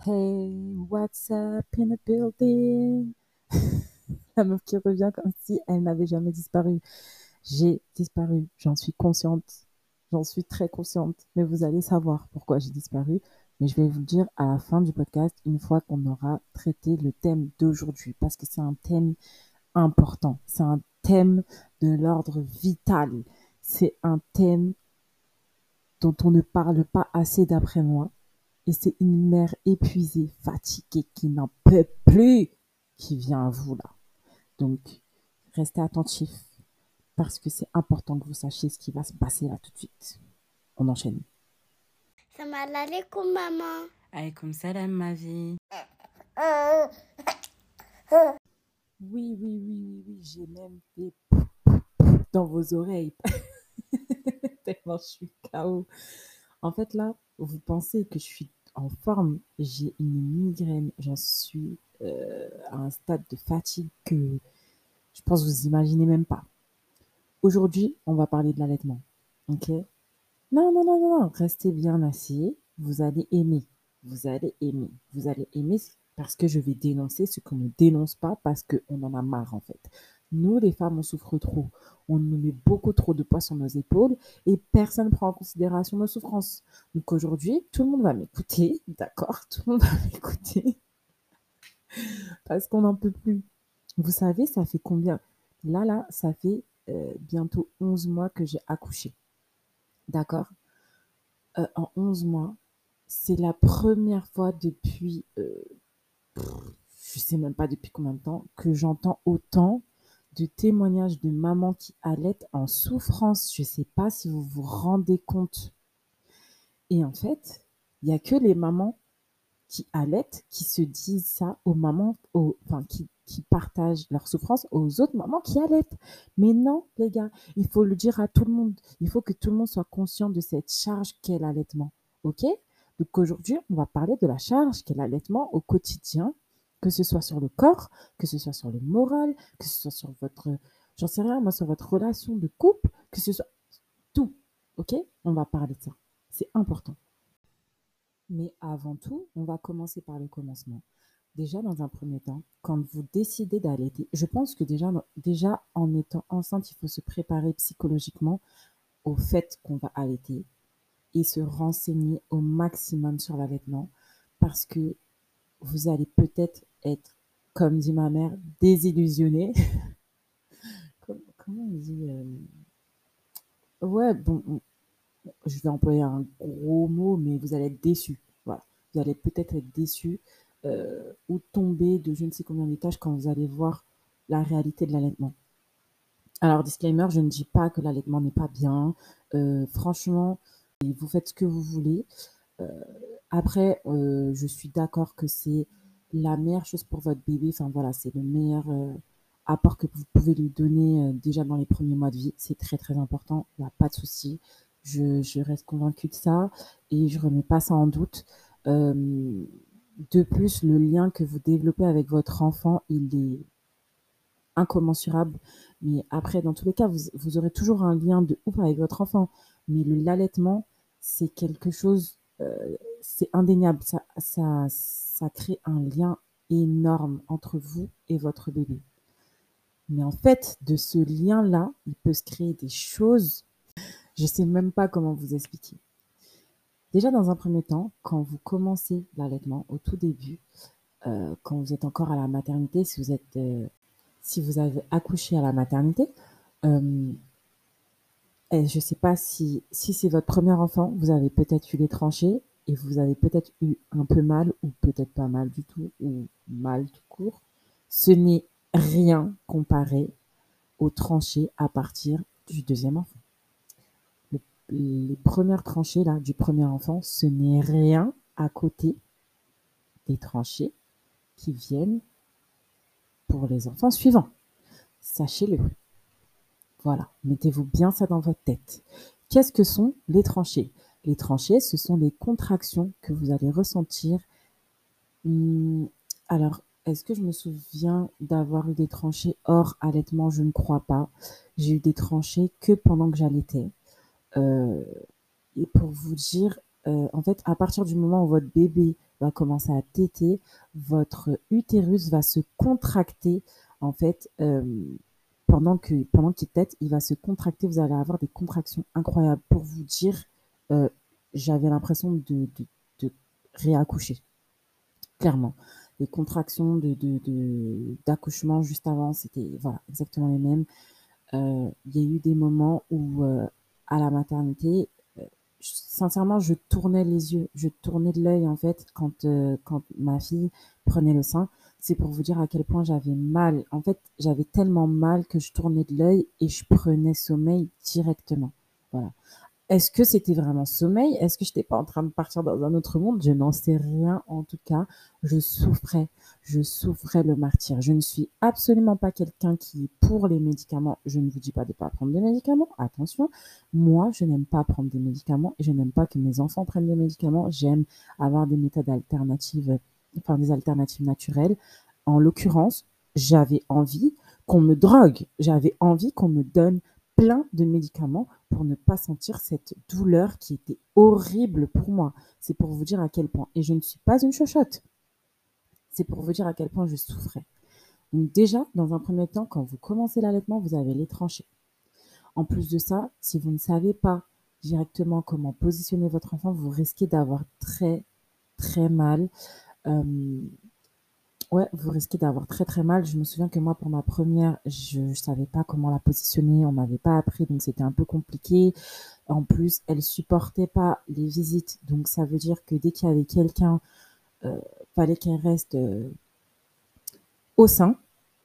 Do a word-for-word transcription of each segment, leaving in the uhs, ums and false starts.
Hey, what's up in the building? La meuf qui revient comme si elle n'avait jamais disparu. J'ai disparu, j'en suis consciente. J'en suis très consciente. Mais vous allez savoir pourquoi j'ai disparu. Mais je vais vous le dire à la fin du podcast, une fois qu'on aura traité le thème d'aujourd'hui. Parce que c'est un thème important. C'est un thème de l'ordre vital. C'est un thème dont on ne parle pas assez d'après moi. Et c'est une mère épuisée, fatiguée, qui n'en peut plus, qui vient à vous là. Donc, restez attentifs parce que c'est important que vous sachiez ce qui va se passer là tout de suite. On enchaîne. Salam alaikum, maman. Alaykoum salam, ma vie. Oui, oui, oui, oui, oui, j'ai même fait dans vos oreilles. Tellement je suis K O. En fait, là, vous pensez que je suis en forme. J'ai une migraine. J'en suis euh, à un stade de fatigue que je pense que vous imaginez même pas. Aujourd'hui, on va parler de l'allaitement. Ok? Non, non, non, non, non. Restez bien assis. Vous allez aimer. Vous allez aimer. Vous allez aimer parce que je vais dénoncer ce qu'on ne dénonce pas parce qu'on en a marre en fait. Nous, les femmes, on souffre trop. On nous met beaucoup trop de poids sur nos épaules et personne ne prend en considération nos souffrances. Donc aujourd'hui, tout le monde va m'écouter, d'accord? Tout le monde va m'écouter parce qu'on n'en peut plus. Vous savez, ça fait combien? Là, là, ça fait euh, bientôt onze mois que j'ai accouché. D'accord? Euh, en onze mois, c'est la première fois depuis, euh, je sais même pas depuis combien de temps, que j'entends autant de témoignages de mamans qui allaitent en souffrance. Je sais pas si vous vous rendez compte. Et en fait, il y a que les mamans qui allaitent qui se disent ça aux mamans, aux, enfin, qui, qui partagent leur souffrance aux autres mamans qui allaitent. Mais non, les gars, il faut le dire à tout le monde. Il faut que tout le monde soit conscient de cette charge qu'est l'allaitement. OK? Donc aujourd'hui, on va parler de la charge qu'est l'allaitement au quotidien, que ce soit sur le corps, que ce soit sur le moral, que ce soit sur votre, j'en sais rien, moi, sur votre relation de couple, que ce soit tout. OK? On va parler de ça. C'est important. Mais avant tout, on va commencer par le commencement. Déjà, dans un premier temps, quand vous décidez d'allaiter, je pense que déjà, déjà en étant enceinte, il faut se préparer psychologiquement au fait qu'on va allaiter et se renseigner au maximum sur l'allaitement parce que vous allez peut-être être, comme dit ma mère, désillusionné. Comment on dit euh, Ouais, bon, je vais employer un gros mot, mais vous allez être déçu. Voilà. Vous allez peut-être être déçu euh, ou tomber de je ne sais combien d'étages quand vous allez voir la réalité de l'allaitement. Alors, disclaimer, je ne dis pas que l'allaitement n'est pas bien. Euh, franchement, vous faites ce que vous voulez. Euh, après, euh, je suis d'accord que c'est la meilleure chose pour votre bébé. Enfin voilà, c'est le meilleur euh, apport que vous pouvez lui donner euh, déjà dans les premiers mois de vie. C'est très très important. Il n'y a pas de souci. Je, je reste convaincue de ça et je remets pas ça en doute. Euh, de plus, le lien que vous développez avec votre enfant, il est incommensurable. Mais après, dans tous les cas, vous, vous aurez toujours un lien de ouf avec votre enfant. Mais le l'allaitement, c'est quelque chose, euh, c'est indéniable. Ça, ça, ça crée un lien énorme entre vous et votre bébé. Mais en fait, de ce lien-là, il peut se créer des choses. Je sais même pas comment vous expliquer. Déjà, dans un premier temps, quand vous commencez l'allaitement, au tout début, euh, quand vous êtes encore à la maternité, si vous êtes, euh, si vous avez accouché à la maternité, euh, et je ne sais pas si, si c'est votre premier enfant, vous avez peut-être eu les tranchées et vous avez peut-être eu un peu mal ou peut-être pas mal du tout ou mal tout court. Ce n'est rien comparé aux tranchées à partir du deuxième enfant. Le- les premières tranchées là, du premier enfant, ce n'est rien à côté des tranchées qui viennent pour les enfants suivants. Sachez-le. Voilà, mettez-vous bien ça dans votre tête. Qu'est-ce que sont les tranchées? Les tranchées, ce sont les contractions que vous allez ressentir. Hum, alors, est-ce que je me souviens d'avoir eu des tranchées hors allaitement? Je ne crois pas. J'ai eu des tranchées que pendant que j'allaitais. Euh, et pour vous dire, euh, en fait, à partir du moment où votre bébé va commencer à téter, votre utérus va se contracter, en fait, euh, pendant que pendant qu'il tète, il va se contracter, vous allez avoir des contractions incroyables. Pour vous dire, euh, j'avais l'impression de, de, de réaccoucher, clairement. Les contractions de, de, de, d'accouchement juste avant, c'était voilà, exactement les mêmes. Euh, Il y a eu des moments où, euh, à la maternité, euh, je- sincèrement, je tournais les yeux, je tournais de l'œil en fait quand, euh, quand ma fille prenait le sein. C'est pour vous dire à quel point j'avais mal. En fait, j'avais tellement mal que je tournais de l'œil et je prenais sommeil directement. Voilà. Est-ce que c'était vraiment sommeil? Est-ce que je n'étais pas en train de partir dans un autre monde? Je n'en sais rien. En tout cas, je souffrais. Je souffrais le martyre. Je ne suis absolument pas quelqu'un qui est pour les médicaments. Je ne vous dis pas de ne pas prendre des médicaments. Attention. Moi, je n'aime pas prendre des médicaments et je n'aime pas que mes enfants prennent des médicaments. J'aime avoir des méthodes alternatives, enfin des alternatives naturelles. En l'occurrence, j'avais envie qu'on me drogue. J'avais envie qu'on me donne plein de médicaments pour ne pas sentir cette douleur qui était horrible pour moi. C'est pour vous dire à quel point. Et je ne suis pas une chochotte. C'est pour vous dire à quel point je souffrais. Donc déjà, dans un premier temps, quand vous commencez l'allaitement, vous avez les tranchées. En plus de ça, si vous ne savez pas directement comment positionner votre enfant, vous risquez d'avoir très, très mal. Euh, Ouais, vous risquez d'avoir très très mal. Je me souviens que moi, pour ma première, je ne savais pas comment la positionner, on m'avait pas appris, donc c'était un peu compliqué. En plus, elle supportait pas les visites, donc ça veut dire que dès qu'il y avait quelqu'un, euh, fallait qu'elle reste euh, au sein.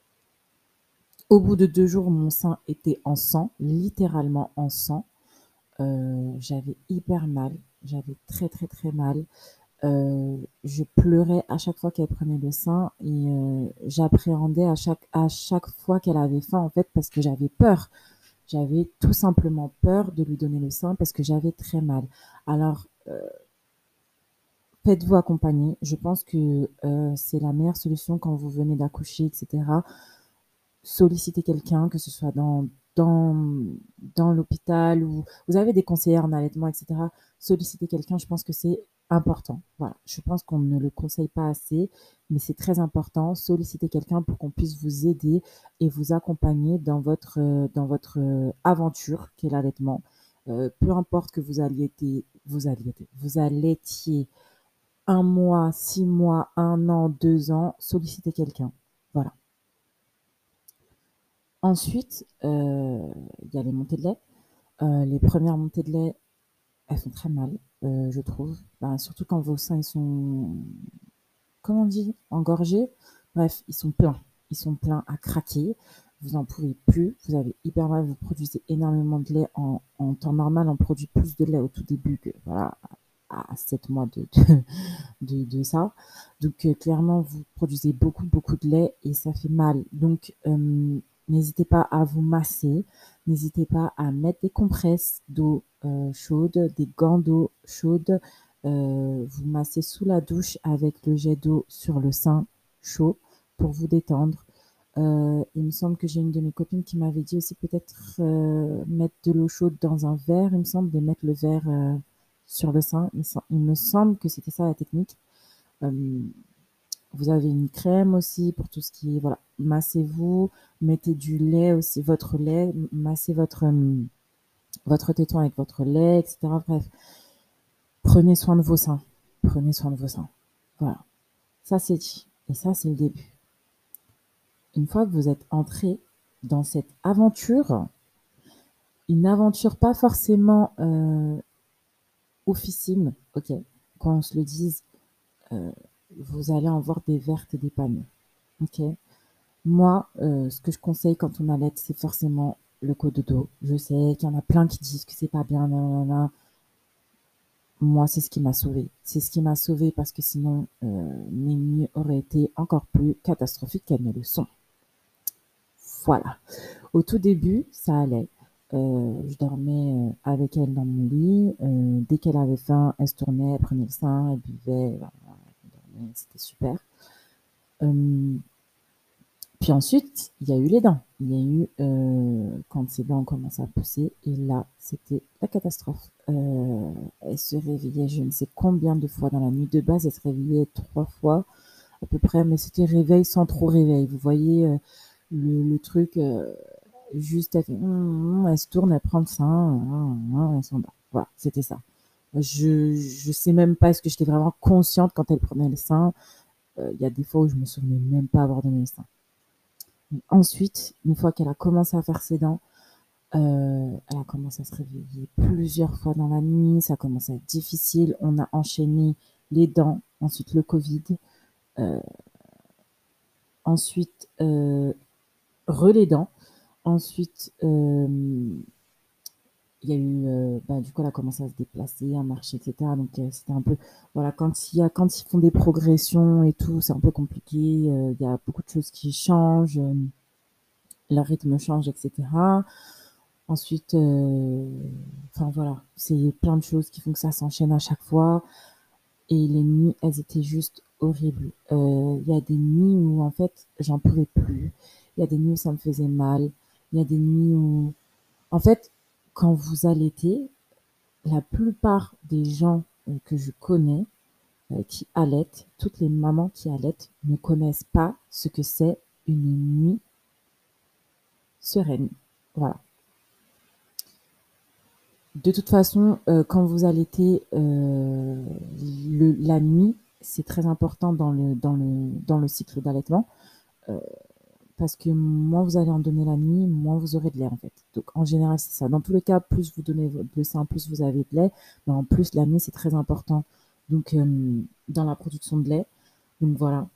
Au bout de deux jours, mon sein était en sang, littéralement en sang. Euh, j'avais hyper mal, j'avais très très très mal. Euh, je pleurais à chaque fois qu'elle prenait le sein et euh, j'appréhendais à chaque, à chaque fois qu'elle avait faim en fait parce que j'avais peur. J'avais tout simplement peur de lui donner le sein parce que j'avais très mal. Alors, euh, faites-vous accompagner. Je pense que euh, c'est la meilleure solution quand vous venez d'accoucher, et cetera. Sollicitez quelqu'un, que ce soit dans, dans, dans l'hôpital ou vous avez des conseillères en allaitement, et cetera. Sollicitez quelqu'un, je pense que c'est important. Voilà. Je pense qu'on ne le conseille pas assez, mais c'est très important. Sollicitez quelqu'un pour qu'on puisse vous aider et vous accompagner dans votre, euh, dans votre euh, aventure qu'est l'allaitement. Euh, peu importe que vous alliez, vous alliez, vous allaitiez un mois, six mois, un an, deux ans, sollicitez quelqu'un. Voilà. Ensuite, euh, il y a les montées de lait. Euh, les premières montées de lait, elles font très mal, euh, je trouve. Ben, surtout quand vos seins ils sont, comment on dit, engorgés. Bref, ils sont pleins. Ils sont pleins à craquer. Vous n'en pouvez plus. Vous avez hyper mal. Vous produisez énormément de lait. En, en temps normal, on produit plus de lait au tout début que voilà, à sept mois de, de, de, de ça. Donc, euh, clairement, vous produisez beaucoup, beaucoup de lait et ça fait mal. Donc, euh, n'hésitez pas à vous masser. N'hésitez pas à mettre des compresses d'eau euh, chaude, des gants d'eau chaude. Euh, vous massez sous la douche avec le jet d'eau sur le sein chaud pour vous détendre. Euh, il me semble que j'ai une de mes copines qui m'avait dit aussi peut-être euh, mettre de l'eau chaude dans un verre. Il me semble de mettre le verre euh, sur le sein. Il, il me semble que c'était ça la technique. Euh, vous avez une crème aussi pour tout ce qui est, voilà, massez-vous, mettez du lait aussi, votre lait, massez votre, euh, votre téton avec votre lait, et cetera. Bref, prenez soin de vos seins. Prenez soin de vos seins. Voilà. Ça, c'est dit. Et ça, c'est le début. Une fois que vous êtes entré dans cette aventure, une aventure pas forcément euh, officine, ok, qu'on se le dise, euh, vous allez en voir des vertes et des pas mûres, ok. Moi, euh, ce que je conseille quand on allait, c'est forcément le cododo. Je sais qu'il y en a plein qui disent que c'est pas bien, nanana. Moi, c'est ce qui m'a sauvée. C'est ce qui m'a sauvée parce que sinon, euh, mes nuits auraient été encore plus catastrophiques qu'elles ne le sont. Voilà. Au tout début, ça allait. Euh, je dormais euh, avec elle dans mon lit. Euh, dès qu'elle avait faim, elle se tournait, elle prenait le sein, elle buvait, voilà, elle dormait, c'était super. Euh, Puis ensuite, il y a eu les dents. Il y a eu euh, quand ses dents ont commencé à pousser, et là, c'était la catastrophe. Euh, elle se réveillait je ne sais combien de fois dans la nuit. De base, elle se réveillait trois fois à peu près, mais c'était réveil sans trop réveil. Vous voyez euh, le, le truc, euh, juste elle fait, hum, hum, elle se tourne, elle prend le sein, hum, hum, elle s'en va. Voilà, c'était ça. Je je sais même pas est-ce que j'étais vraiment consciente quand elle prenait le sein. Euh, Il y a des fois où je me souvenais même pas avoir donné le sein. Ensuite, une fois qu'elle a commencé à faire ses dents, euh, elle a commencé à se réveiller plusieurs fois dans la nuit. Ça a commencé à être difficile. On a enchaîné les dents, ensuite le Covid, euh, ensuite euh, re les dents. Ensuite, euh, il y a eu, euh, bah, du coup, elle a commencé à se déplacer, à marcher, et cetera. Donc, euh, c'était un peu, voilà, quand il y a, quand ils font des progressions et tout, c'est un peu compliqué. Euh, Il y a beaucoup de choses qui changent, euh, leur rythme change, et cetera. Ensuite, euh, enfin voilà, c'est plein de choses qui font que ça s'enchaîne à chaque fois. Et les nuits, elles étaient juste horribles. Euh, Il y a des nuits où, en fait, j'en pouvais plus. Il y a des nuits où ça me faisait mal. Il y a des nuits où, en fait, quand vous allaitez, la plupart des gens euh, que je connais euh, qui allaitent, toutes les mamans qui allaitent, ne connaissent pas ce que c'est une nuit sereine. Voilà. De toute façon, euh, quand vous allaitez euh, le, la nuit, c'est très important dans le, dans le, dans le cycle d'allaitement, euh, parce que moins vous allez en donner la nuit, moins vous aurez de lait en fait. Donc en général, c'est ça. Dans tous les cas, plus vous donnez le sein, plus vous avez de lait. Mais en plus, la nuit, c'est très important. Donc euh, dans la production de lait. Donc voilà.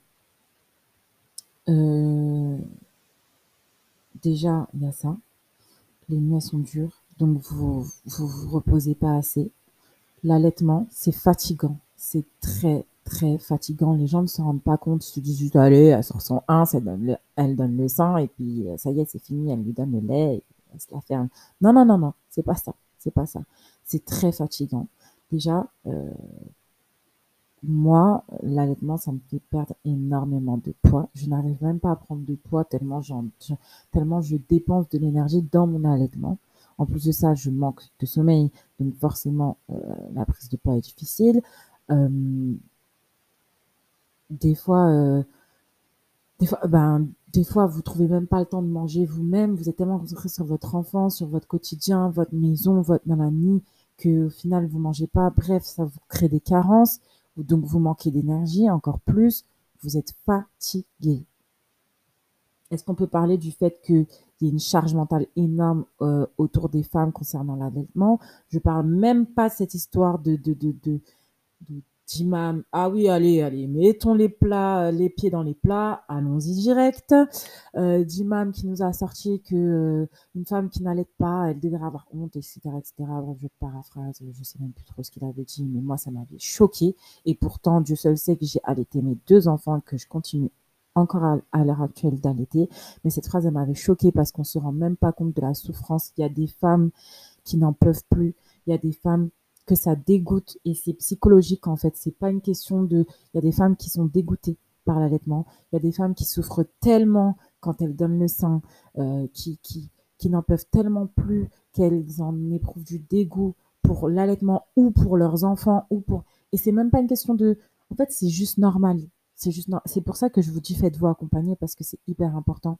Euh, déjà, il y a ça. Les nuits, elles sont dures. Donc vous vous, vous reposez pas assez. L'allaitement, c'est fatigant. C'est très, très fatigant. Les gens ne s'en rendent pas compte. Ils se disent juste, allez, elle sort son un, elle donne le, elle donne le sein, et puis euh, ça y est, c'est fini, elle lui donne le lait, et elle se la ferme. Non, non, non, non, c'est pas ça. C'est pas ça. C'est très fatigant. Déjà, euh, moi, l'allaitement, ça me fait perdre énormément de poids. Je n'arrive même pas à prendre de poids tellement j'en, je- tellement je dépense de l'énergie dans mon allaitement. En plus de ça, je manque de sommeil, donc forcément, euh, la prise de poids est difficile. Euh, des fois, euh, des fois, ben, des fois, vous trouvez même pas le temps de manger vous-même. Vous êtes tellement concentré sur votre enfant, sur votre quotidien, votre maison, votre nanani, que au final, vous mangez pas. Bref, ça vous crée des carences. Donc, vous manquez d'énergie encore plus. Vous êtes fatigué. Est-ce qu'on peut parler du fait qu'il y ait une charge mentale énorme euh, autour des femmes concernant l'allaitement? Je parle même pas de cette histoire de, de, de, de, de- d'imam. Ah oui, allez, allez, mettons les plats, les pieds dans les plats, allons-y direct. Euh, d'imam qui nous a sorti que euh, une femme qui n'allait pas, elle devrait avoir honte, et cetera, et cetera. Bref, je paraphrase, je sais même plus trop ce qu'il avait dit, mais moi, ça m'avait choqué. Et pourtant, Dieu seul sait que j'ai allaité mes deux enfants, que je continue encore à, à l'heure actuelle d'allaiter. Mais cette phrase, elle m'avait choquée parce qu'on se rend même pas compte de la souffrance. Il y a des femmes qui n'en peuvent plus. Il y a des femmes que ça dégoûte, et c'est psychologique en fait. C'est pas une question de. Il y a des femmes qui sont dégoûtées par l'allaitement. Il y a des femmes qui souffrent tellement quand elles donnent le sein, euh, qui, qui, qui n'en peuvent tellement plus qu'elles en éprouvent du dégoût pour l'allaitement ou pour leurs enfants ou pour. Et c'est même pas une question de. En fait, c'est juste normal. C'est juste. no- C'est pour ça que je vous dis faites-vous accompagner parce que c'est hyper important.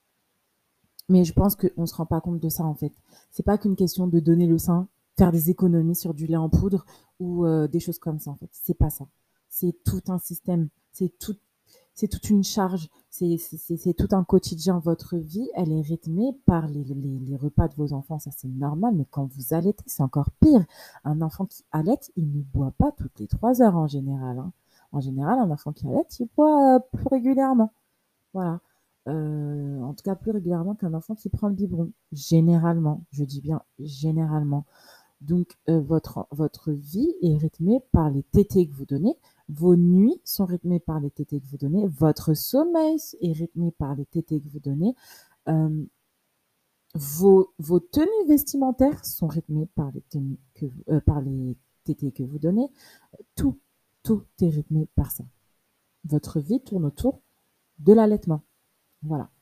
Mais je pense qu'on se rend pas compte de ça en fait. C'est pas qu'une question de donner le sein, faire des économies sur du lait en poudre ou euh, des choses comme ça en fait. C'est pas ça. C'est tout un système. C'est tout, c'est toute une charge. C'est, c'est, c'est- c'est tout un quotidien. Votre vie, elle est rythmée par les, les, les repas de vos enfants. Ça c'est normal. Mais quand vous allaitez, c'est encore pire. Un enfant qui allaite, il ne boit pas toutes les trois heures en général, hein. En général, un enfant qui allaite, il boit euh, plus régulièrement. Voilà. Euh, en tout cas, plus régulièrement qu'un enfant qui prend le biberon. Généralement, je dis bien généralement. Donc, euh, votre, votre vie est rythmée par les tétés que vous donnez. Vos nuits sont rythmées par les tétés que vous donnez. Votre sommeil est rythmé par les tétés que vous donnez. Euh, vos, vos tenues vestimentaires sont rythmées par les tenues que vous- euh, par les tétés que vous donnez. Tout, tout est rythmé par ça. Votre vie tourne autour de l'allaitement. Voilà.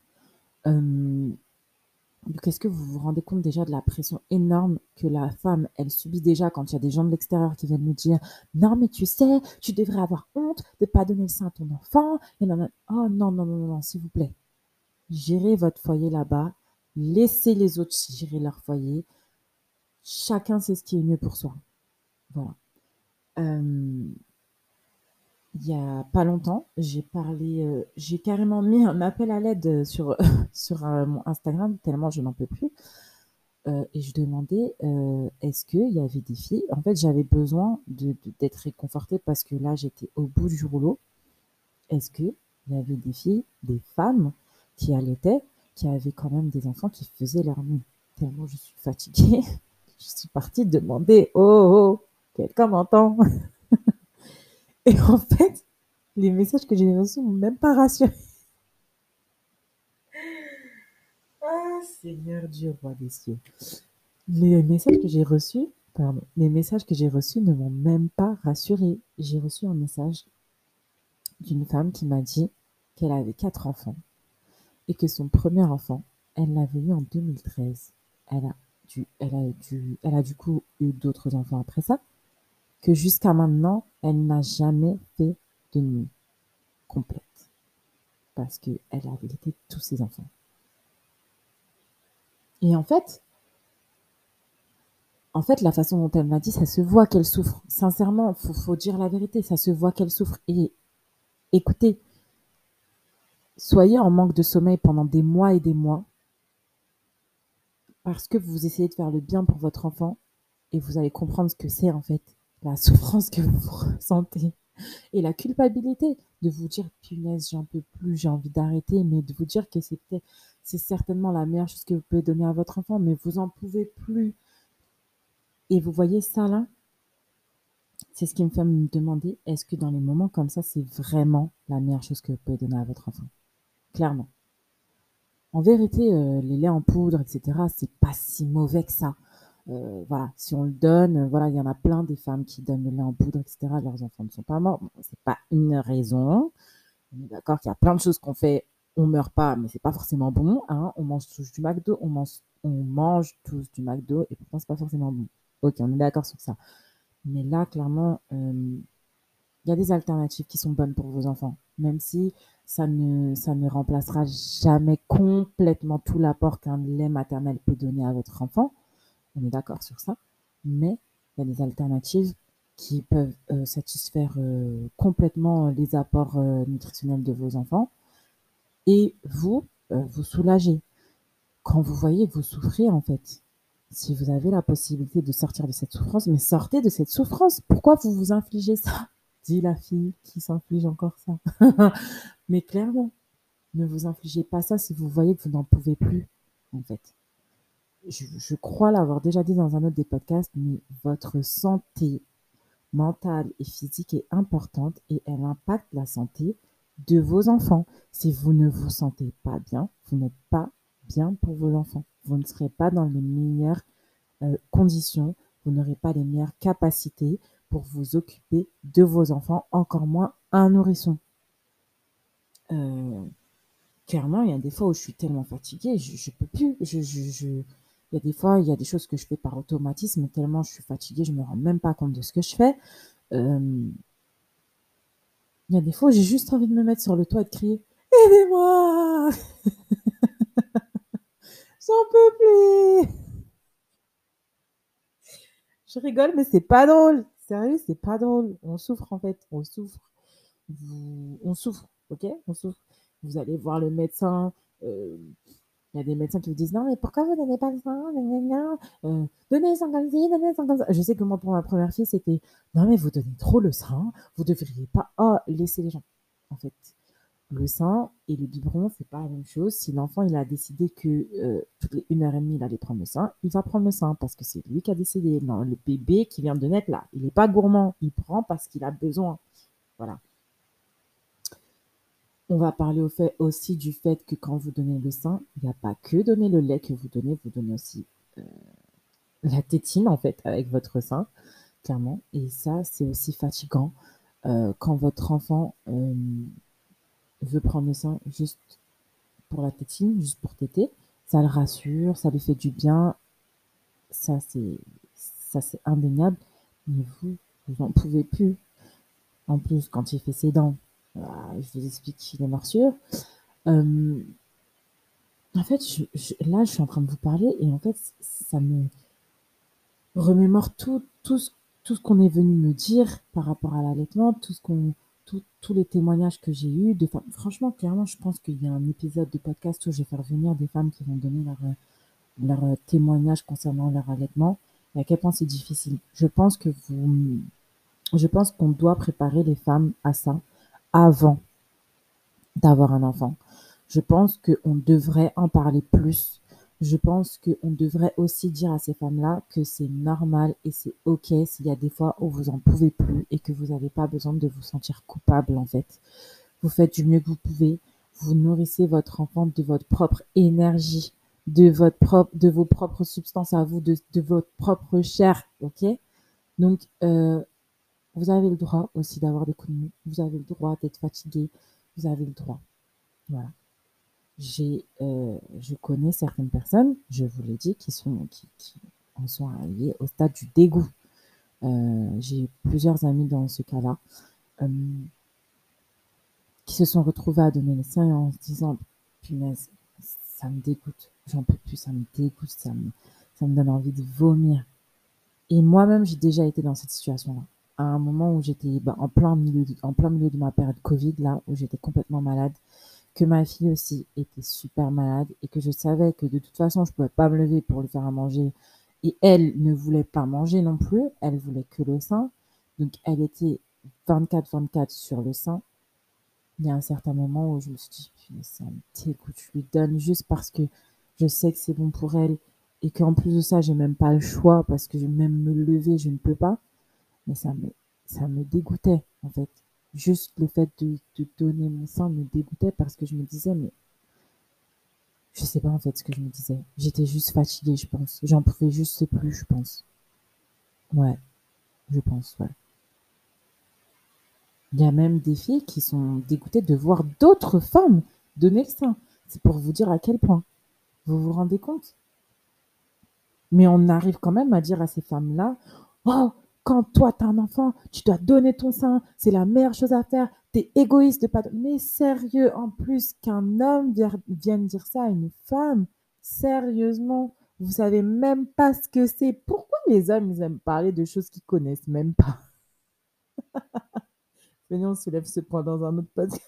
Euh, donc, est-ce que vous vous rendez compte déjà de la pression énorme que la femme, elle subit déjà quand il y a des gens de l'extérieur qui viennent lui dire non, mais tu sais, tu devrais avoir honte de pas donner le sein à ton enfant. Et non, non. Oh non, non, non, non, non, s'il vous plaît. Gérez votre foyer là-bas. Laissez les autres gérer leur foyer. Chacun sait ce qui est mieux pour soi. Voilà. Euh, il y a pas longtemps, j'ai parlé, euh, j'ai carrément mis un appel à l'aide sur, sur euh, mon Instagram, tellement je n'en peux plus. Euh, et je demandais euh, est-ce qu'il y avait des filles. En fait, j'avais besoin de, de- d'être réconfortée parce que là, j'étais au bout du rouleau. Est-ce qu'il y avait des filles, des femmes qui allaitaient, qui avaient quand même des enfants qui faisaient leur nuit. Tellement je suis fatiguée, je suis partie demander oh, oh, quelqu'un m'entend. Et en fait, les messages que j'ai reçus m'ont même pas rassurée. Ah, Seigneur Dieu, roi des cieux. Les messages que j'ai reçus, pardon, les messages que j'ai reçus ne m'ont même pas rassurée. J'ai reçu un message d'une femme qui m'a dit qu'elle avait quatre enfants et que son premier enfant, elle l'avait eu en deux mille treize. Elle a dû, elle a dû, elle a du coup eu d'autres enfants après ça, que jusqu'à maintenant, elle n'a jamais fait de nuit complète parce qu'elle a allaité tous ses enfants. Et en fait, en fait, la façon dont elle m'a dit, ça se voit qu'elle souffre. Sincèrement, faut, faut dire la vérité, ça se voit qu'elle souffre. Et écoutez, soyez en manque de sommeil pendant des mois et des mois parce que vous essayez de faire le bien pour votre enfant et vous allez comprendre ce que c'est en fait, la souffrance que vous ressentez et la culpabilité de vous dire punaise, j'en peux plus, j'ai envie d'arrêter, mais de vous dire que c'est peut-être, c'est certainement la meilleure chose que vous pouvez donner à votre enfant, mais vous en pouvez plus. Et vous voyez ça là, c'est ce qui me fait me demander, est-ce que dans les moments comme ça, c'est vraiment la meilleure chose que vous pouvez donner à votre enfant? Clairement. En vérité, euh, les laits en poudre, et cetera, c'est pas si mauvais que ça. Euh, voilà, si on le donne, euh, voilà, il y en a plein des femmes qui donnent le lait en poudre, et cetera. Leurs enfants ne sont pas morts. Bon, c'est pas une raison. On est d'accord qu'il y a plein de choses qu'on fait, on meurt pas, mais c'est pas forcément bon. Hein. On mange tous du McDo, on mange, on mange tous du McDo, et pourtant c'est pas forcément bon. Ok, on est d'accord sur ça. Mais là, clairement, euh, il y a des alternatives qui sont bonnes pour vos enfants, même si ça ne, ça ne remplacera jamais complètement tout l'apport qu'un lait maternel peut donner à votre enfant. On est d'accord sur ça. Mais il y a des alternatives qui peuvent euh, satisfaire euh, complètement les apports euh, nutritionnels de vos enfants et vous, euh, vous soulager. Quand vous voyez que vous souffrez, en fait, si vous avez la possibilité de sortir de cette souffrance, mais sortez de cette souffrance. Pourquoi vous vous infligez ça? Dit la fille qui s'inflige encore ça. Mais clairement, ne vous infligez pas ça si vous voyez que vous n'en pouvez plus, en fait. Je, je crois l'avoir déjà dit dans un autre des podcasts, mais votre santé mentale et physique est importante et elle impacte la santé de vos enfants. Si vous ne vous sentez pas bien, vous n'êtes pas bien pour vos enfants. Vous ne serez pas dans les meilleures euh, conditions, vous n'aurez pas les meilleures capacités pour vous occuper de vos enfants, encore moins un nourrisson. Euh, Clairement, il y a des fois où je suis tellement fatiguée, je, je peux plus. Je, je, je... Il y a des fois, il y a des choses que je fais par automatisme, tellement je suis fatiguée, je me rends même pas compte de ce que je fais. Euh, il y a des fois où j'ai juste envie de me mettre sur le toit et de crier aidez-moi, j'en peux plus. Je rigole, mais c'est pas drôle. Sérieux, c'est pas drôle. On souffre en fait, on souffre. Vous... On souffre, ok? On souffre. Vous allez voir le médecin. Euh, Il y a des médecins qui vous disent non, mais pourquoi vous donnez pas le sang? euh, Donnez le sang comme ci, donnez le sang comme ça. Je sais que moi, pour ma première fille, c'était non, mais vous donnez trop le sein, vous devriez pas. Oh, laissez les gens. En fait, le sein et le biberon, c'est pas la même chose. Si l'enfant il a décidé que euh, toutes les une heure et demie il allait prendre le sein, il va prendre le sein parce que c'est lui qui a décidé. Non, le bébé qui vient de naître là, il n'est pas gourmand, il prend parce qu'il a besoin. Voilà. On va parler au fait, aussi du fait que quand vous donnez le sein, il n'y a pas que donner le lait que vous donnez, vous donnez aussi euh, la tétine en fait avec votre sein, clairement. Et ça, c'est aussi fatigant euh, quand votre enfant euh, veut prendre le sein juste pour la tétine, juste pour téter. Ça le rassure, ça lui fait du bien. Ça, c'est, ça, c'est indéniable. Mais vous, vous n'en pouvez plus. En plus, quand il fait ses dents, ah, je vous explique qu'il est morsure. Euh, en fait, je, je- là, je suis en train de vous parler et en fait, ça me remémore tout, tout ce, tout ce qu'on est venu me dire par rapport à l'allaitement, tout ce qu'on, tout- tous les témoignages que j'ai eus de femmes. Franchement, clairement, je pense qu'il y a un épisode de podcast où je vais faire venir des femmes qui vont donner leur, euh, leur euh, témoignage concernant leur allaitement et à quel point c'est difficile. Je pense que vous, je pense qu'on doit préparer les femmes à ça avant d'avoir un enfant. Je pense qu'on devrait en parler plus. Je pense qu'on devrait aussi dire à ces femmes-là que c'est normal et c'est OK s'il y a des fois où vous en pouvez plus et que vous n'avez pas besoin de vous sentir coupable, en fait. Vous faites du mieux que vous pouvez. Vous nourrissez votre enfant de votre propre énergie, de votre propre, de vos propres substances à vous, de, de votre propre chair, OK? Donc, euh, vous avez le droit aussi d'avoir des coups de mou. Vous avez le droit d'être fatigué. Vous avez le droit. Voilà. J'ai, euh, je connais certaines personnes, je vous l'ai dit, qui sont, qui, qui en sont arrivées au stade du dégoût. Euh, j'ai plusieurs amis dans ce cas-là, euh, qui se sont retrouvés à donner le sein en se disant, punaise, ça me dégoûte, j'en peux plus, ça me dégoûte, ça me, ça me donne envie de vomir. Et moi-même, j'ai déjà été dans cette situation-là. À un moment où j'étais bah, en plein milieu, de, en plein milieu de ma période Covid, là, où j'étais complètement malade, que ma fille aussi était super malade et que je savais que de toute façon, je pouvais pas me lever pour lui faire à manger. Et elle ne voulait pas manger non plus, elle voulait que le sein. Donc, elle était vingt-quatre vingt-quatre sur le sein. Il y a un certain moment où je me suis dit, punaise, ça me dégoûte, je lui donne juste parce que je sais que c'est bon pour elle et qu'en plus de ça, j'ai même pas le choix parce que je- même me lever, je ne peux pas. Mais ça me, ça me dégoûtait, en fait. Juste le fait de, de donner mon sein me dégoûtait parce que je me disais, mais je sais pas en fait ce que je me disais. J'étais juste fatiguée, je pense. J'en pouvais juste plus, je pense. Ouais, je pense, ouais. Il y a même des filles qui sont dégoûtées de voir d'autres femmes donner le sein. C'est pour vous dire à quel point. Vous vous rendez compte? Mais on arrive quand même à dire à ces femmes-là, oh, quand toi t'as un enfant, tu dois donner ton sein, c'est la meilleure chose à faire, t'es égoïste de pas donner. Mais sérieux, en plus qu'un homme vienne dire ça à une femme, sérieusement, vous savez même pas ce que c'est. Pourquoi les hommes, ils aiment parler de choses qu'ils connaissent même pas? Venez, on soulève ce point dans un autre podcast.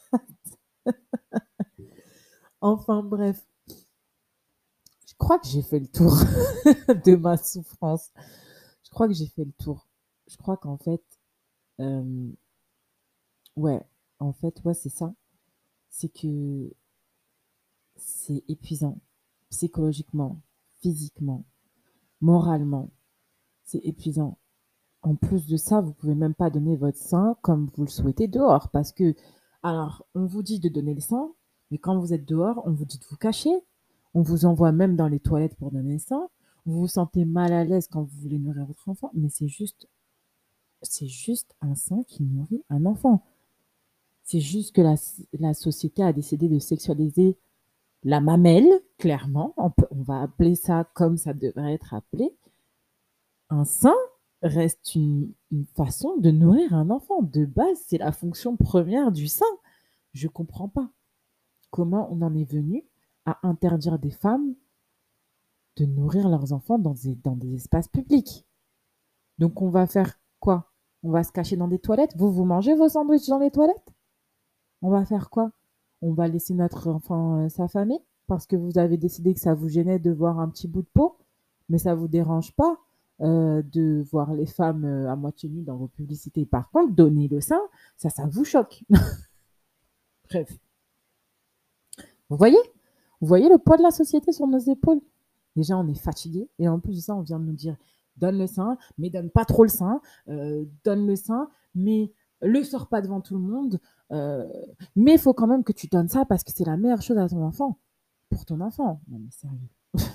Enfin bref, je crois que j'ai fait le tour de ma souffrance. Je crois que j'ai fait le tour. Je crois qu'en fait, euh, ouais, en fait, ouais, c'est ça. C'est que c'est épuisant psychologiquement, physiquement, moralement. C'est épuisant. En plus de ça, vous pouvez même pas donner votre sein comme vous le souhaitez dehors parce que, alors, on vous dit de donner le sein, mais quand vous êtes dehors, on vous dit de vous cacher. On vous envoie même dans les toilettes pour donner le sein. Vous vous sentez mal à l'aise quand vous voulez nourrir votre enfant, mais c'est juste, c'est juste un sein qui nourrit un enfant. C'est juste que la, la société a décidé de sexualiser la mamelle, clairement. On, peut, on va appeler ça comme ça devrait être appelé. Un sein reste une, une façon de nourrir un enfant. De base, c'est la fonction première du sein. Je ne comprends pas comment on en est venu à interdire des femmes de nourrir leurs enfants dans des, dans des espaces publics. Donc, on va faire quoi? On va se cacher dans des toilettes? Vous, vous mangez vos sandwichs dans les toilettes? On va faire quoi? On va laisser notre enfant euh, s'affamer parce que vous avez décidé que ça vous gênait de voir un petit bout de peau, mais ça vous dérange pas euh, de voir les femmes euh, à moitié nues dans vos publicités. Par contre, donner le sein, ça, ça vous choque. Bref, vous voyez? Vous voyez le poids de la société sur nos épaules? Déjà, on est fatigué et en plus de ça, on vient de nous dire donne le sein, mais donne pas trop le sein, euh, donne le sein, mais le sors pas devant tout le monde, euh, mais il faut quand même que tu donnes ça parce que c'est la meilleure chose à ton enfant, pour ton enfant. Non mais sérieux,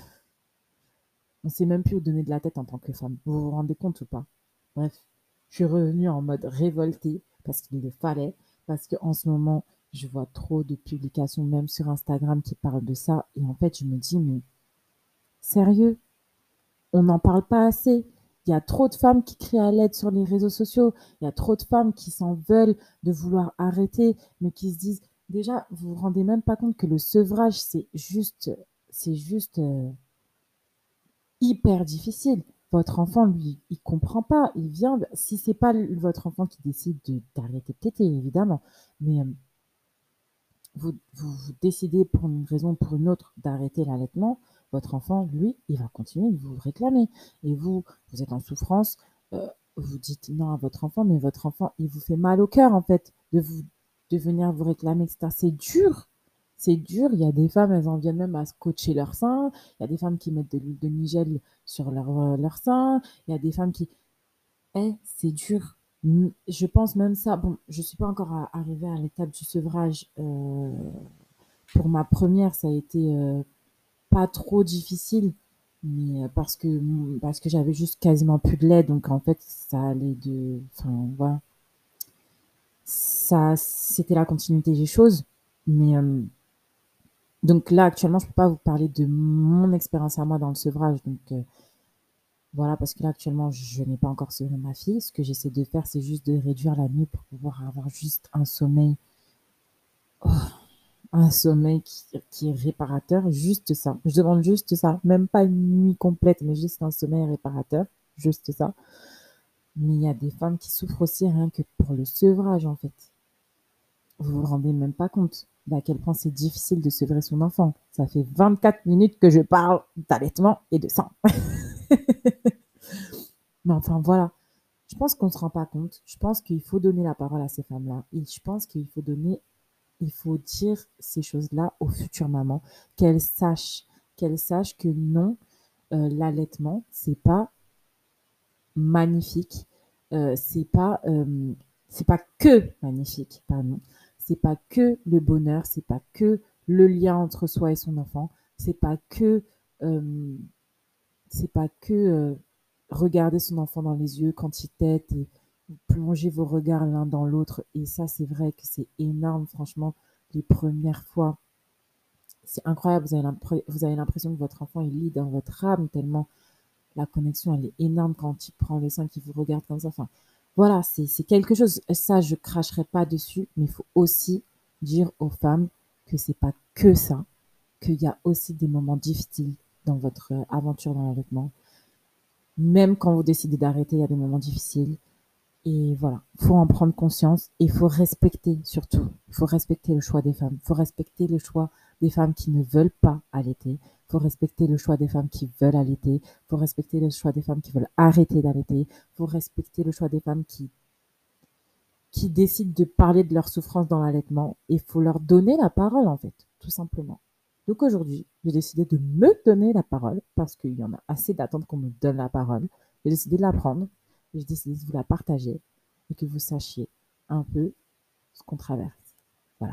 on sait même plus où donner de la tête en tant que femme. Vous vous rendez compte ou pas? Bref, je suis revenue en mode révoltée parce qu'il le fallait, parce qu'en ce moment, Je vois trop de publications, même sur Instagram, qui parlent de ça. Et en fait, je me dis, mais sérieux, on n'en parle pas assez. Il y a trop de femmes qui crient à l'aide sur les réseaux sociaux. Il y a trop de femmes qui s'en veulent de vouloir arrêter, mais qui se disent, déjà, vous vous rendez même pas compte que le sevrage, c'est juste, c'est juste euh, hyper difficile. Votre enfant, lui, il comprend pas. Il vient, si c'est pas l- votre enfant qui décide de- d'arrêter de téter, évidemment, mais euh, vous, vous, vous décidez pour une raison ou pour une autre d'arrêter l'allaitement, votre enfant, lui, il va continuer de vous réclamer. Et vous, vous êtes en souffrance, euh, vous dites non à votre enfant, mais votre enfant, il vous fait mal au cœur, en fait, de vous, de venir vous réclamer, et cetera. C'est dur. C'est dur. Il y a des femmes, elles en viennent même à scotcher leur sein. Il y a des femmes qui mettent de l'huile de nigel sur leur, euh, leur sein. Il y a des femmes qui, eh, c'est dur. Mm, Je pense même ça. Bon, je suis pas encore à- arrivée à l'étape du sevrage. Euh, pour ma première, ça a été euh, pas trop difficile, mais euh, parce que mm, parce que j'avais juste quasiment plus de lait, donc en fait, ça allait de, enfin voilà, ça, c'était la continuité des choses. Mais euh, donc là, actuellement, je peux pas vous parler de mon expérience à moi dans le sevrage, donc euh, voilà, parce que là, actuellement, je n'ai pas encore sevré ma fille. Ce que j'essaie de faire, c'est juste de réduire la nuit pour pouvoir avoir juste un sommeil, un sommeil qui, qui est réparateur, juste ça. Je demande juste ça, même pas une nuit complète, mais juste un sommeil réparateur, juste ça. Mais il y a des femmes qui souffrent aussi rien que pour le sevrage, en fait. Vous vous rendez même pas compte d'à quel point c'est difficile de sevrer son enfant. Ça fait vingt-quatre minutes que je parle d'allaitement et de sang. Mais enfin, voilà. Je pense qu'on ne se rend pas compte. Je pense qu'il faut donner la parole à ces femmes-là. Et je pense qu'il faut donner, il faut dire ces choses-là aux futures mamans, qu'elles sachent, qu'elles sachent que non, euh, l'allaitement, c'est pas magnifique, euh, c'est pas, euh, c'est pas que magnifique, pardon. C'est pas que le bonheur, c'est pas que le lien entre soi et son enfant, c'est pas que, euh, c'est pas que euh, regarder son enfant dans les yeux quand il tète et plonger vos regards l'un dans l'autre. Et ça, c'est vrai que c'est énorme, franchement, les premières fois. C'est incroyable, vous avez l'impr- vous avez l'impression que votre enfant, il lit dans votre âme tellement la connexion, elle est énorme quand il prend le sein, qu'il vous regarde comme ça. Enfin, voilà, c'est c'est quelque chose. Ça, je cracherai pas dessus, mais il faut aussi dire aux femmes que c'est pas que ça, qu'il y a aussi des moments difficiles dans votre euh, aventure dans l'allaitement. Même quand vous décidez d'arrêter, il y a des moments difficiles. Et voilà, faut en prendre conscience et il faut respecter surtout. Il faut respecter le choix des femmes. Il faut respecter le choix des femmes qui ne veulent pas allaiter. Il faut respecter le choix des femmes qui veulent allaiter. Il faut respecter le choix des femmes qui veulent arrêter d'allaiter. Il faut respecter le choix des femmes qui, qui décident de parler de leur souffrance dans l'allaitement. Et il faut leur donner la parole, en fait, tout simplement. Donc aujourd'hui, j'ai décidé de me donner la parole parce qu'il y en a assez d'attentes qu'on me donne la parole. J'ai décidé de la prendre. J'ai décidé de vous la partager et que vous sachiez un peu ce qu'on traverse. Voilà.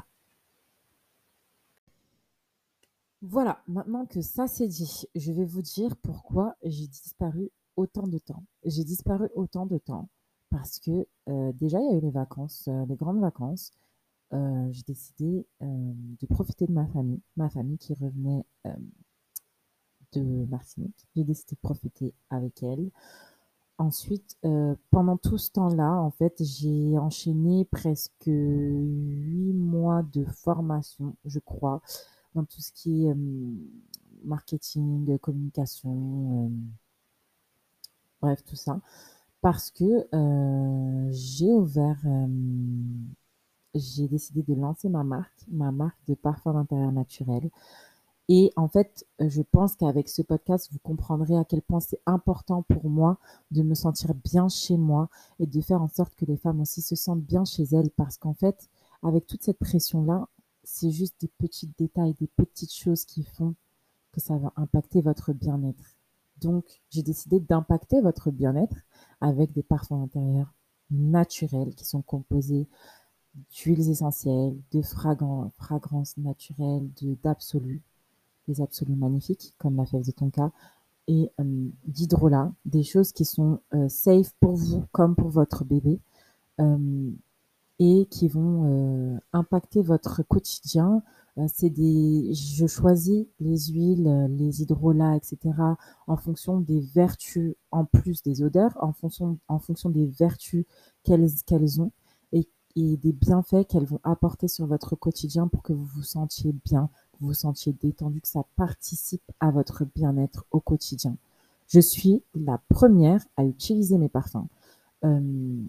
Voilà, maintenant que ça c'est dit, je vais vous dire pourquoi j'ai disparu autant de temps. J'ai disparu autant de temps parce que euh, déjà il y a eu les vacances, euh, les grandes vacances. Euh, j'ai décidé euh, de profiter de ma famille, ma famille qui revenait euh, de Martinique. J'ai décidé de profiter avec elle. Ensuite, euh, pendant tout ce temps-là, en fait, j'ai enchaîné presque huit mois de formation, je crois, dans tout ce qui est euh, marketing, communication, euh, bref, tout ça, parce que euh, j'ai ouvert, euh, j'ai décidé de lancer ma marque, ma marque de parfum d'intérieur naturel. Et en fait, euh, je pense qu'avec ce podcast, vous comprendrez à quel point c'est important pour moi de me sentir bien chez moi et de faire en sorte que les femmes aussi se sentent bien chez elles. Parce qu'en fait, avec toute cette pression-là, c'est juste des petits détails, des petites choses qui font que ça va impacter votre bien-être. Donc, j'ai décidé d'impacter votre bien-être avec des parfums intérieurs naturels qui sont composés d'huiles essentielles, de fragran- fragrances naturelles, de d'absolus, des absolus magnifiques, comme la fève de tonka, et euh, d'hydrolat, des choses qui sont euh, safe pour vous comme pour votre bébé. Euh, et qui vont euh, impacter votre quotidien. Euh, c'est des, je choisis les huiles, euh, les hydrolats, et cetera en fonction des vertus, en plus des odeurs, en fonction, en fonction des vertus qu'elles, qu'elles ont et, et des bienfaits qu'elles vont apporter sur votre quotidien pour que vous vous sentiez bien, que vous vous sentiez détendu, que ça participe à votre bien-être au quotidien. Je suis la première à utiliser mes parfums. Euh,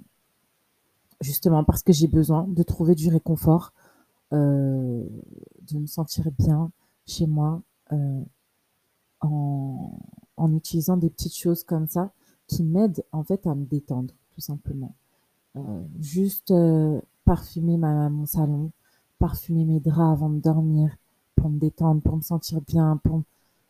Justement parce que j'ai besoin de trouver du réconfort, euh, de me sentir bien chez moi euh, en, en utilisant des petites choses comme ça qui m'aident en fait à me détendre tout simplement. Euh, juste euh, parfumer ma, mon salon, parfumer mes draps avant de dormir pour me détendre, pour me sentir bien, pour,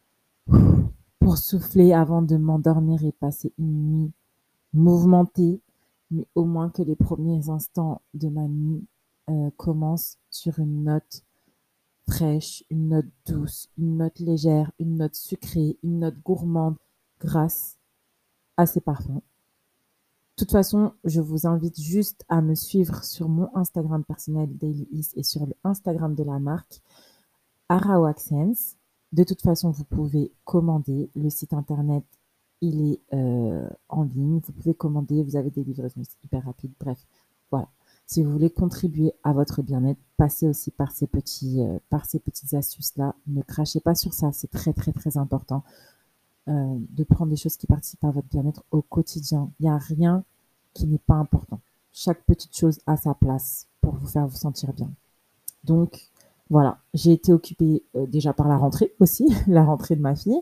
pour souffler avant de m'endormir et passer une nuit mouvementée, mais au moins que les premiers instants de ma nuit euh, commencent sur une note fraîche, une note douce, une note légère, une note sucrée, une note gourmande grâce à ces parfums. De toute façon, je vous invite juste à me suivre sur mon Instagram personnel Daily Is et sur le Instagram de la marque Arawaxense. De toute façon, vous pouvez commander. Le site internet, il est euh, en ligne. Vous pouvez commander. Vous avez des livraisons hyper rapides. Bref, voilà. Si vous voulez contribuer à votre bien-être, passez aussi par ces petits, euh, par ces petites astuces-là. Ne crachez pas sur ça. C'est très, très, très important euh, de prendre des choses qui participent à votre bien-être au quotidien. Il n'y a rien qui n'est pas important. Chaque petite chose a sa place pour vous faire vous sentir bien. Donc, voilà, j'ai été occupée euh, déjà par la rentrée aussi, la rentrée de ma fille,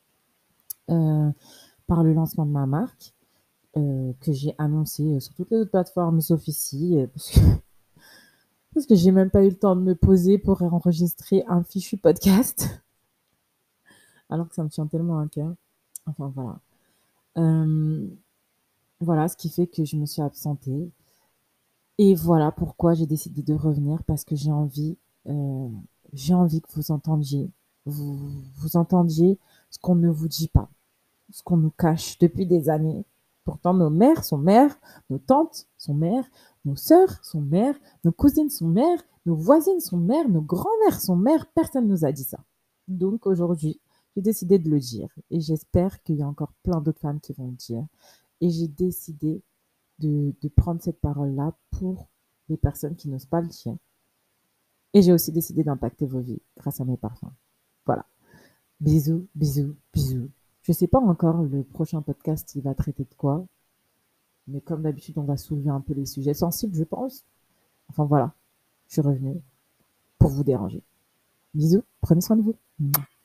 euh, par le lancement de ma marque, euh, que j'ai annoncé euh, sur toutes les autres plateformes, sauf ici, euh, parce que, parce que j'ai même pas eu le temps de me poser pour enregistrer un fichu podcast, alors que ça me tient tellement à cœur. Enfin, voilà. Euh, voilà, ce qui fait que je me suis absentée. Et voilà pourquoi j'ai décidé de revenir, parce que j'ai envie, euh, j'ai envie que vous entendiez, vous, vous entendiez ce qu'on ne vous dit pas, ce qu'on nous cache depuis des années. Pourtant, nos mères sont mères, nos tantes sont mères, nos sœurs sont mères, nos cousines sont mères, nos voisines sont mères, nos grands-mères sont mères. Personne ne nous a dit ça. Donc aujourd'hui, j'ai décidé de le dire et j'espère qu'il y a encore plein d'autres femmes qui vont le dire. Et j'ai décidé de, de prendre cette parole-là pour les personnes qui n'osent pas le dire. Et j'ai aussi décidé d'impacter vos vies grâce à mes parfums. Voilà. Bisous, bisous, bisous. Je sais pas encore le prochain podcast, il va traiter de quoi. Mais comme d'habitude, on va soulever un peu les sujets sensibles, je pense. Enfin voilà, je suis revenue pour vous déranger. Bisous, prenez soin de vous.